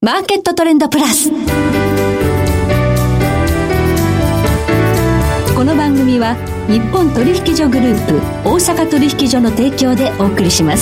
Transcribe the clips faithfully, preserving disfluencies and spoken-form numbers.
マーケットトレンドプラス。この番組は日本取引所グループ大阪取引所の提供でお送りします。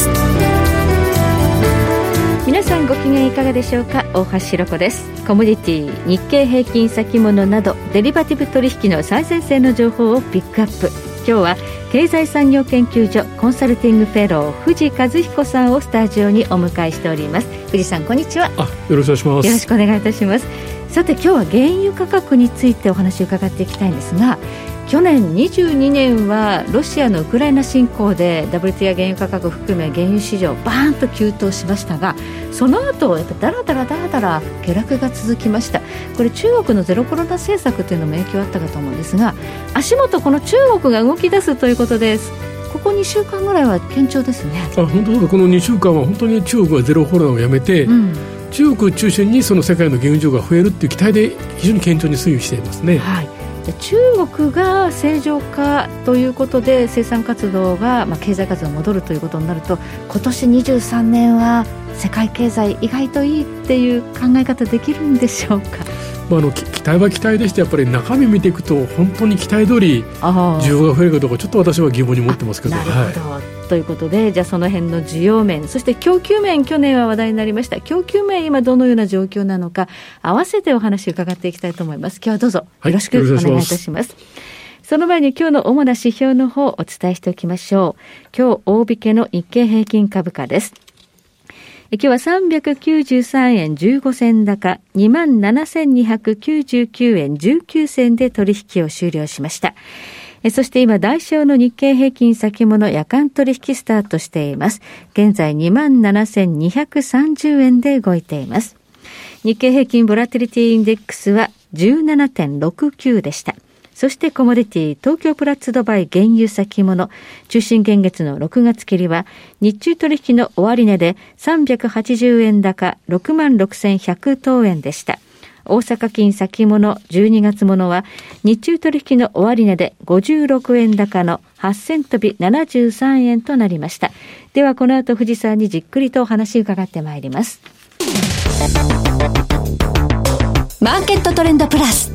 皆さんご機嫌いかがでしょうか。大橋ひろ子です。コモディティ、日経平均先物などデリバティブ取引の最前線の情報をピックアップ。今日は経済産業研究所コンサルティングフェロー藤和彦さんをスタジオにお迎えしております。藤さん、こんにちは。 あ、よろしくお願いします。 よろしくお願いいたします。さて、今日は原油価格についてお話を伺っていきたいんですが、去年にじゅうにねんはロシアのウクライナ侵攻で ダブリティーアイ 原油価格含め原油市場バーンと急騰しましたが、その後やっぱだらだらだらだら下落が続きました。これ中国のゼロコロナ政策というのも影響あったかと思うんですが、足元この中国が動き出すということです。ここにしゅうかんぐらいは堅調ですね。 あ、本当だ。このにしゅうかんは本当に中国がゼロコロナをやめて、うん、中国中心にその世界の原油需要が増えるという期待で非常に堅調に推移していますね。 はい、中国が正常化ということで生産活動が、まあ、経済活動が戻るということになると、今年にじゅうさんねんは世界経済意外といいっていう考え方できるんでしょうか。 まあ、あの期待は期待でして、やっぱり中身見ていくと本当に期待通り需要が増えるかどうかちょっと私は疑問に持ってますけど。 なるほど、はい、ということで、じゃあその辺の需要面、そして供給面、去年は話題になりました。供給面、今どのような状況なのか合わせてお話を伺っていきたいと思います。今日はどうぞよろしくお願いいたします。はい、その前に今日の主な指標の方をお伝えしておきましょう。今日大引けの日経平均株価です。今日はさんびゃくきゅうじゅうさんえんじゅうごせん高 にまんななせんにひゃくきゅうじゅうきゅうえんじゅうきゅうせんで取引を終了しました。そして今代償の日経平均先物夜間取引スタートしています。現在 にまんななせんにひゃくさんじゅうえんで動いています。日経平均ボラティリティインデックスは じゅうななてんろくきゅう でした。そしてコモディティ東京プラッツドバイ原油先物中心現月のろくがつ切りは日中取引の終値でさんびゃくはちじゅうえん高 ろくまんろくせんひゃくとうえんでした。大阪金先物じゅうにがつものは日中取引の終値でごじゅうろくえん高のはっせん飛びななじゅうさんえんとなりました。ではこの後藤さんにじっくりとお話を伺ってまいります。 マーケットトレンドプラス。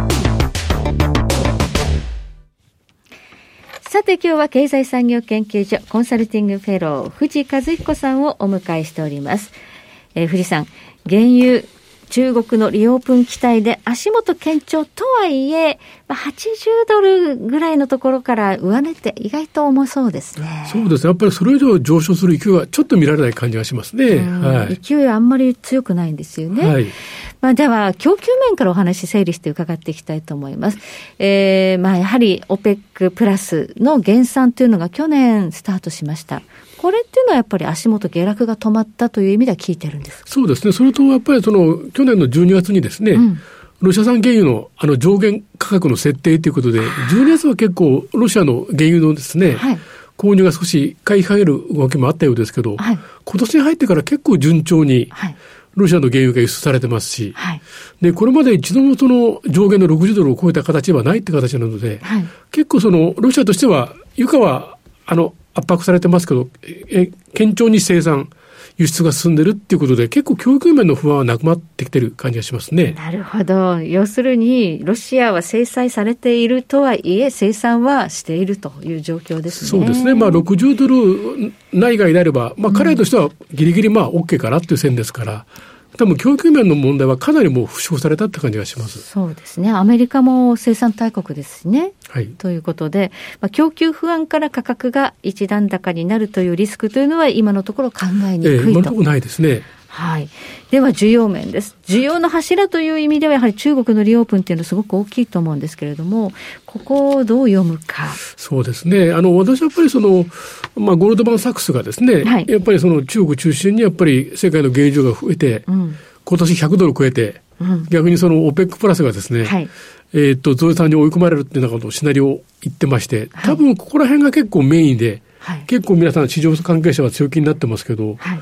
さて、今日は経済産業研究所コンサルティングフェロー藤和彦さんをお迎えしております。えー、藤さん、原油中国のリオープン期待で足元堅調とはいえ、まあ、はちじゅうドルぐらいのところから上値って意外と重そうですね。 そうですね。やっぱりそれ以上上昇する勢いはちょっと見られない感じがしますね。はい、 勢いはあんまり強くないんですよね。はい、まあ、では供給面からお話整理して伺っていきたいと思います。えー、まあやはり オペック プラスの減産というのが去年スタートしました。これっていうのはやっぱり足元下落が止まったという意味では効いてるんですか。 そうですね。それとやっぱりその去年のじゅうにがつにですね、うん、ロシア産原油のあの上限価格の設定ということで、じゅうにがつは結構ロシアの原油のですね、はい、購入が少し買いかける動きもあったようですけど、はい、今年に入ってから結構順調に、はいロシアの原油が輸出されてますし、はい、でこれまで一度もその上限のろくじゅうドルを超えた形はないって形なので、はい、結構そのロシアとしては床はあの圧迫されてますけど、え堅調に生産輸出が進んでるっていうことで、結構供給面の不安はなくなってきてる感じがしますね。 なるほど。要するにロシアは制裁されているとはいえ生産はしているという状況ですね。 そうですね。まあろくじゅうドル内外であれば、まあ彼らとしてはギリギリまあ OK かなっていう線ですから、多分供給面の問題はかなりもう浮上されたって感じがします。 そうですね。アメリカも生産大国ですしね。はい。ということで、まあ、供給不安から価格が一段高になるというリスクというのは今のところ考えにくいと。えー、 今のところないですね。 はい。では需要面です。需要の柱という意味ではやはり中国のリオープンっていうのはすごく大きいと思うんですけれども、ここをどう読むか。そうですね。 あの私はやっぱりその、まあ、ゴールドマンサックスがですね、はい、やっぱりその中国中心にやっぱり世界の原油需要が増えて、うん、今年ひゃくドル超えて、うん、逆にその オペック プラスがですね、はい、えー、っと増産に追い込まれるっていうようなことをシナリオを言ってまして、多分ここら辺が結構メインで、はい、結構皆さん市場関係者は強気になってますけど、はい、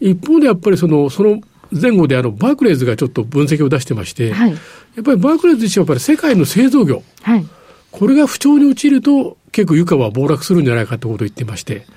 一方でやっぱりそのその前後であのバークレーズがちょっと分析を出してまして、はい、やっぱりバークレーズ自身はやっぱり世界の製造業、はい、これが不調に陥ると結構油価は暴落するんじゃないかということを言ってまして、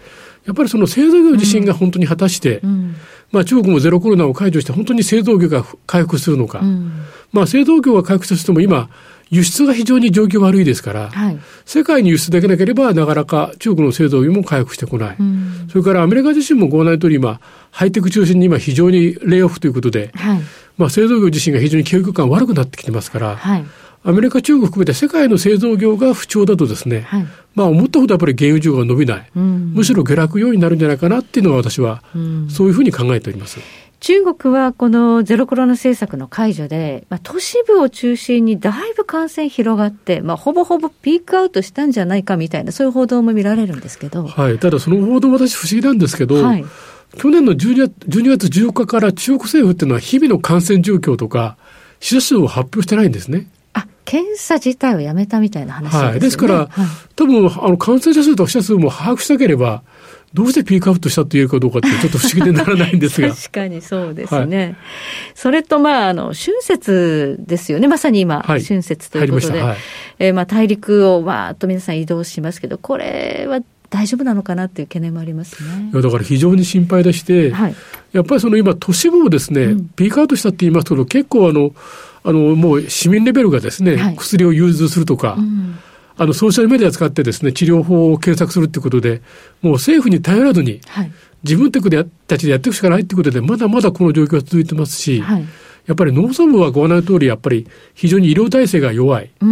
やっぱりその製造業自身が本当に果たして、うん、まあ中国もゼロコロナを解除して本当に製造業が回復するのか、うん、まあ製造業が回復したとしても今、輸出が非常に状況悪いですから、はい、世界に輸出できなければなかなか中国の製造業も回復してこない。うん、それからアメリカ自身もご案内の通り今、ハイテク中心に今非常にレイオフということで、はい、まあ製造業自身が非常に景気感悪くなってきてますから、はい、アメリカ、中国含めて世界の製造業が不調だとですね、はい、まあ思ったほどやっぱり原油需要が伸びない、うん、むしろ下落要因になるんじゃないかなっていうのが私はそういうふうに考えております。 中国はこのゼロコロナ政策の解除で、まあ、都市部を中心にだいぶ感染広がって、まあ、ほぼほぼピークアウトしたんじゃないかみたいな、そういう報道も見られるんですけど。 はい。ただその報道私不思議なんですけど、はい、去年のじゅうにがつじゅうよっかから中国政府っていうのは日々の感染状況とか死者数を発表してないんですね。 あ、検査自体をやめたみたいな話ですよね。はい。 ですから、はい、多分あの感染者数と死者数も把握したければ、どうしてピークアウトしたと言えるかどうかってちょっと不思議でならないんですが。 確かにそうですね。はい、それと、まあ、あの、春節ですよね。まさに今、はい、春節ということで。はい、えー、まあ、大陸をわーっと皆さん移動しますけど、これは大丈夫なのかなっていう懸念もありますね。 いや、だから非常に心配でして、はい、やっぱりその今、都市部をですね、うん、ピークアウトしたって言いますけど、結構あの、あの、もう市民レベルがですね、はい、薬を融通するとか、うん、あのソーシャルメディアを使ってですね、治療法を検索するということで、もう政府に頼らずに、はい、自分たちでやっていくしかないということで、まだまだこの状況が続いてますし、はい、やっぱり農村部はご案内の通り、やっぱり非常に医療体制が弱い。うん、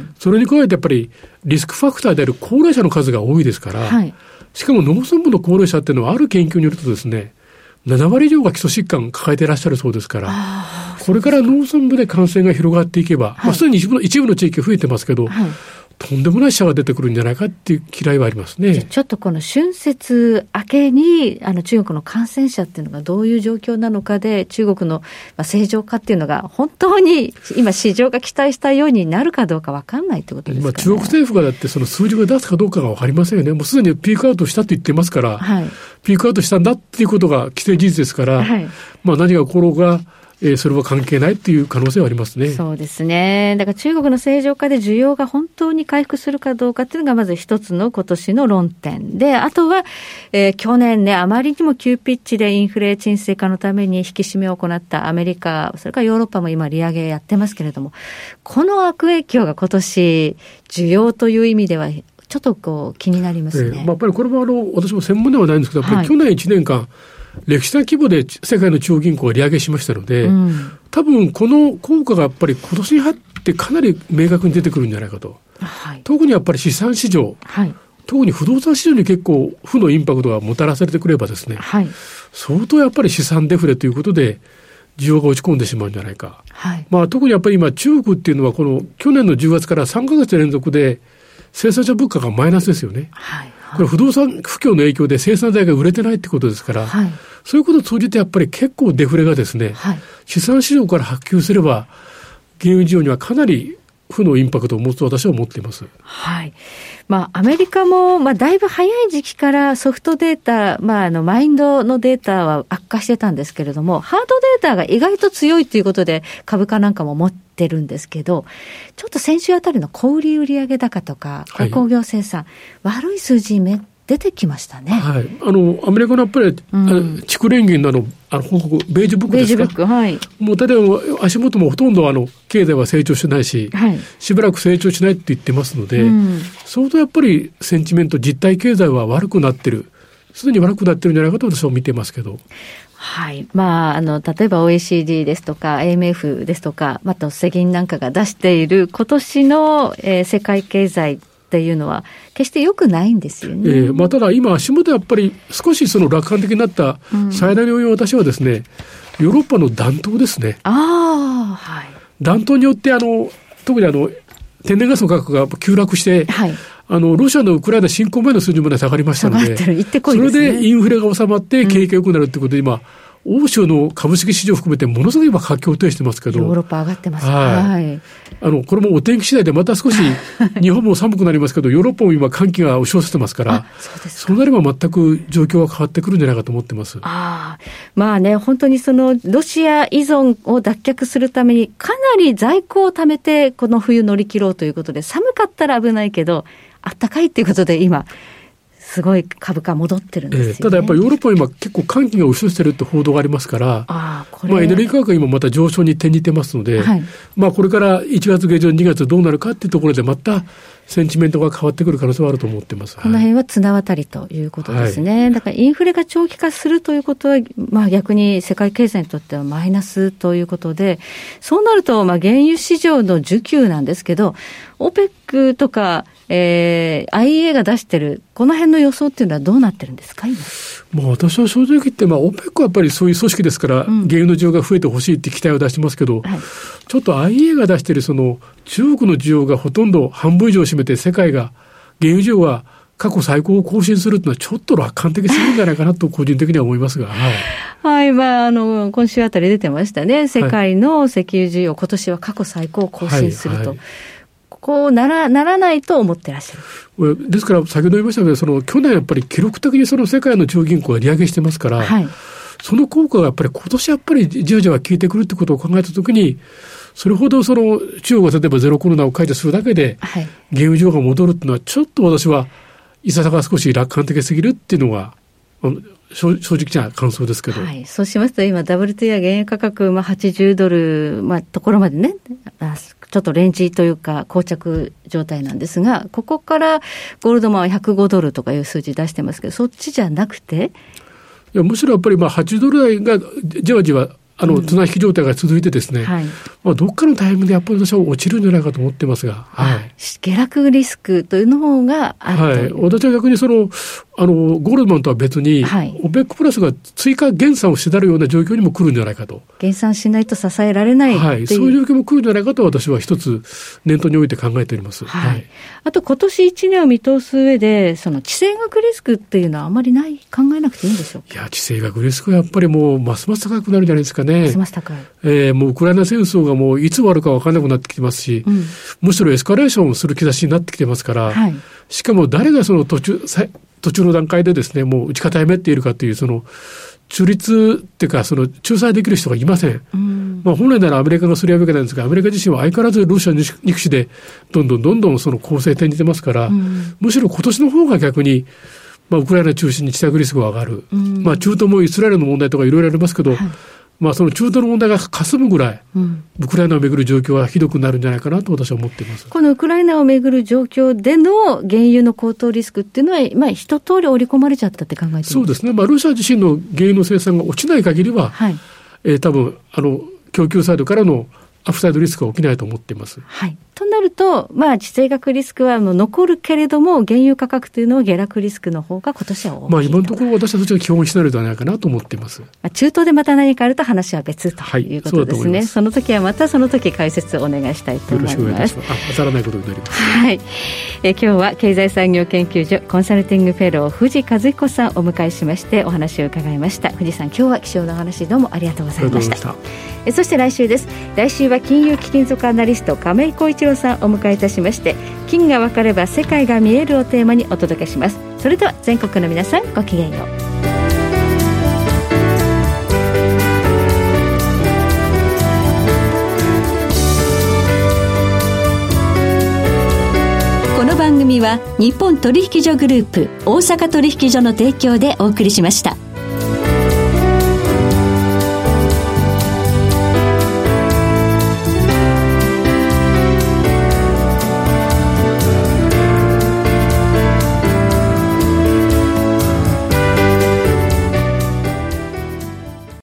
それに加えてやっぱりリスクファクターである高齢者の数が多いですから、はい、しかも農村部の高齢者っていうのはある研究によるとですね、ななわり以上が基礎疾患を抱えていらっしゃるそうですから、これから農村部で感染が広がっていけば、はい、まあ、すでに一部の、一部の地域増えてますけど、はい、とんでもない死者が出てくるんじゃないかっていう嫌いはありますね。 じゃちょっとこの春節明けにあの中国の感染者っていうのがどういう状況なのかで、中国の正常化っていうのが本当に今市場が期待したようになるかどうか分かんないってことですかね。 まあ、中国政府がだってその数字が出すかどうかが分かりませんよね。もうすでにピークアウトしたって言ってますから、はい、ピークアウトしたんだっていうことが既成事実ですから、はい、まあ何が起ころうがえー、それは関係ないっていう可能性はありますね。 そうですね。だから中国の正常化で需要が本当に回復するかどうかっていうのがまず一つの今年の論点で、あとは、えー、去年ね、あまりにも急ピッチでインフレ沈静化のために引き締めを行ったアメリカ、それからヨーロッパも今利上げやってますけれども、この悪影響が今年需要という意味ではちょっとこう気になりますね。えーまあ、やっぱりこれもあの私も専門ではないんですけど、やっぱり去年いちねんかん、はい、歴史的規模で世界の中央銀行が利上げしましたので、うん、多分この効果がやっぱり今年に入ってかなり明確に出てくるんじゃないかと。はい、特にやっぱり資産市場、はい、特に不動産市場に結構負のインパクトがもたらされてくればですね、はい、相当やっぱり資産デフレということで需要が落ち込んでしまうんじゃないか。はい、まあ特にやっぱり今中国っていうのはこの去年のじゅうがつからさんかげつ連続で生産者物価がマイナスですよね。はい、これ不動産不況の影響で生産材が売れてないってことですから、はい、そういうことを通じてやっぱり結構デフレがですね、はい、資産市場から波及すれば原油需要にはかなり負のインパクトを持つと私は思っています。 はい。まあアメリカもまあだいぶ早い時期からソフトデータ、まああのマインドのデータは悪化してたんですけれども、ハードデータが意外と強いということで株価なんかも持ってるんですけど、ちょっと先週あたりの小売売上高とか工業生産、はい、悪い数字め出てきましたね。 はい。あの、アメリカのやっぱり、うん、地区連銀のあの、あの報告、ベージュブックですか。ベージュブック、はい。もう、例えば足元もほとんどあの、経済は成長してないし、はい、しばらく成長しないって言ってますので、うん、相当やっぱりセンチメント、実体経済は悪くなってる。すでに悪くなってるんじゃないかと私は見てますけど。 はい。まあ、あの、例えば オーイーシーディー ですとか エーエムエフ ですとか、また世銀なんかが出している今年の、えー、世界経済っていうのは決して良くないんですよね。えー、まあ、ただ今足元やっぱり少しその楽観的になった最大の要因は私はですね、うん、ヨーロッパの暖冬ですね。ああ、はい。暖冬によってあの特にあの天然ガスの価格が急落して、はい、あのロシアのウクライナ侵攻前の水準まで下がりましたので、 下がってる、行ってこいですね。 それでインフレが収まって景気が良くなるということで、うん、今欧州の株式市場を含めてものすごい今活況を呈してますけど、 ヨーロッパ上がってます。 はい。はい、あのこれもお天気次第でまた少し日本も寒くなりますけど、ヨーロッパも今寒気が押し寄せてますから、そうですか。そうなれば全く状況は変わってくるんじゃないかと思ってます。 ああ、まあね、本当にそのロシア依存を脱却するためにかなり在庫を貯めてこの冬乗り切ろうということで、寒かったら危ないけどあったかいっていうことで今すごい株価戻ってるんですよね。 えー、ただやっぱりヨーロッパは今結構寒気が押し寄せてるって報道がありますから、 あこれ、 まあ、エネルギー価格が今また上昇に転じてますので、はい、まあ、これからいちがつ下旬にがつどうなるかっていうところでまたセンチメントが変わってくる可能性はあると思ってます。 この辺は綱渡りということですね。はい、だからインフレが長期化するということは、まあ、逆に世界経済にとってはマイナスということで、そうなると、まあ、原油市場の需給なんですけど、オペック とか、えー、アイイーエー が出してるこの辺の予想っていうのはどうなってるんですか今。 まあ、私は正直言って、まあ、オペック はやっぱりそういう組織ですから、うん、原油の需要が増えてほしいって期待を出してますけど、はい、ちょっと アイイーエー が出してるその中国の需要がほとんど半分以上を占めて、世界が原油需要は過去最高を更新するというのはちょっと楽観的すぎるんじゃないかなと個人的には思いますが、はい、 はい、まあ、あの今週あたり出てましたね。世界の石油需要、今年は過去最高を更新すると、はいはい、こうなら、ならないと思ってらっしゃる。ですから先ほど言いましたけど、その去年やっぱり記録的にその世界の中央銀行が利上げしてますから、はい、その効果がやっぱり今年やっぱりじわじわ効いてくるってことを考えたときに、それほどその中国が例えばゼロコロナを解除するだけで原油需要が戻るっていうのはちょっと私はいささか少し楽観的すぎるっていうのが正直な感想ですけど、 はい、そうしますと今 ダブリューティーアイ 原油価格、まあ、はちじゅうドル、まあ、ところまでね、ちょっとレンジというか膠着状態なんですが、ここからゴールドマンはひゃくごドルとかいう数字出してますけど、そっちじゃなくて、 いやむしろやっぱりまあはちじゅうドル台がじわじわあの綱引き状態が続いてですね、うんはい、まあ、どっかのタイミングでやっぱり私は落ちるんじゃないかと思ってますが、はい、 下落リスクというの方があると、 はい、私は逆にそのあのゴールドマンとは別に、はい、オペックプラスが追加減産をしざるような状況にも来るんじゃないかと。 減産しないと支えられないっていう、はい、 そういう状況も来るんじゃないかと私は一つ念頭において考えております。 はいはい、あと今年いちねんを見通す上でその地政学リスクっていうのはあまりない、考えなくていいんでしょうか。 いや地政学リスクはやっぱりもうますます高くなるんじゃないですかね。 ますます高い。 えー、もうウクライナ戦争がもういつ終わるか分からなくなってきてますし、うん、むしろエスカレーションする兆しになってきてますから、はい、しかも誰がその途中途中の段階でですね、もう打ち固めっているかというその中立っていうかその仲裁できる人がいません。うん、まあ、本来ならアメリカがするべきなんですが、アメリカ自身は相変わらずロシア憎しでどんどんどんどんその攻勢転じてますから、うん、むしろ今年の方が逆にまあウクライナ中心に地政学リスクが上がる。うん、まあ中東もイスラエルの問題とかいろいろありますけど。はい、まあ、その中東の問題が霞むぐらい、うん、ウクライナをめぐる状況はひどくなるんじゃないかなと私は思っています。 このウクライナをめぐる状況での原油の高騰リスクっていうのは、まあ、一通り織り込まれちゃったって考えていいですか。 そうですね、まあ、ロシア自身の原油の生産が落ちない限りは、はい、えー、多分あの供給サイドからのアフサイドリスクは起きないと思っています。 はい。となると、まあ、地政学リスクは残るけれども、原油価格というのは下落リスクの方が今年は大きいと。 まあ、今のところ私はそっちが基本シナリオではないかなと思っています。まあ、中東でまた何かあると話は別ということですね。はい、そうだと思います。その時はまたその時解説をお願いしたいと思います。よろしくお願いいたします。 あ、当たらないことになります。 はい。え今日は経済産業研究所コンサルティングフェロー藤和彦さんをお迎えしましてお話を伺いました。藤さん、今日は貴重なお話どうもありがとうございました。ありがとうございました。えそして来週です。来週は金融貴金属アナリスト亀井浩一郎さんをお迎えいたしまして、金が分かれば世界が見えるをテーマにお届けします。それでは全国の皆さん、ごきげんよう。 この番組は日本取引所グループ大阪取引所の提供でお送りしました。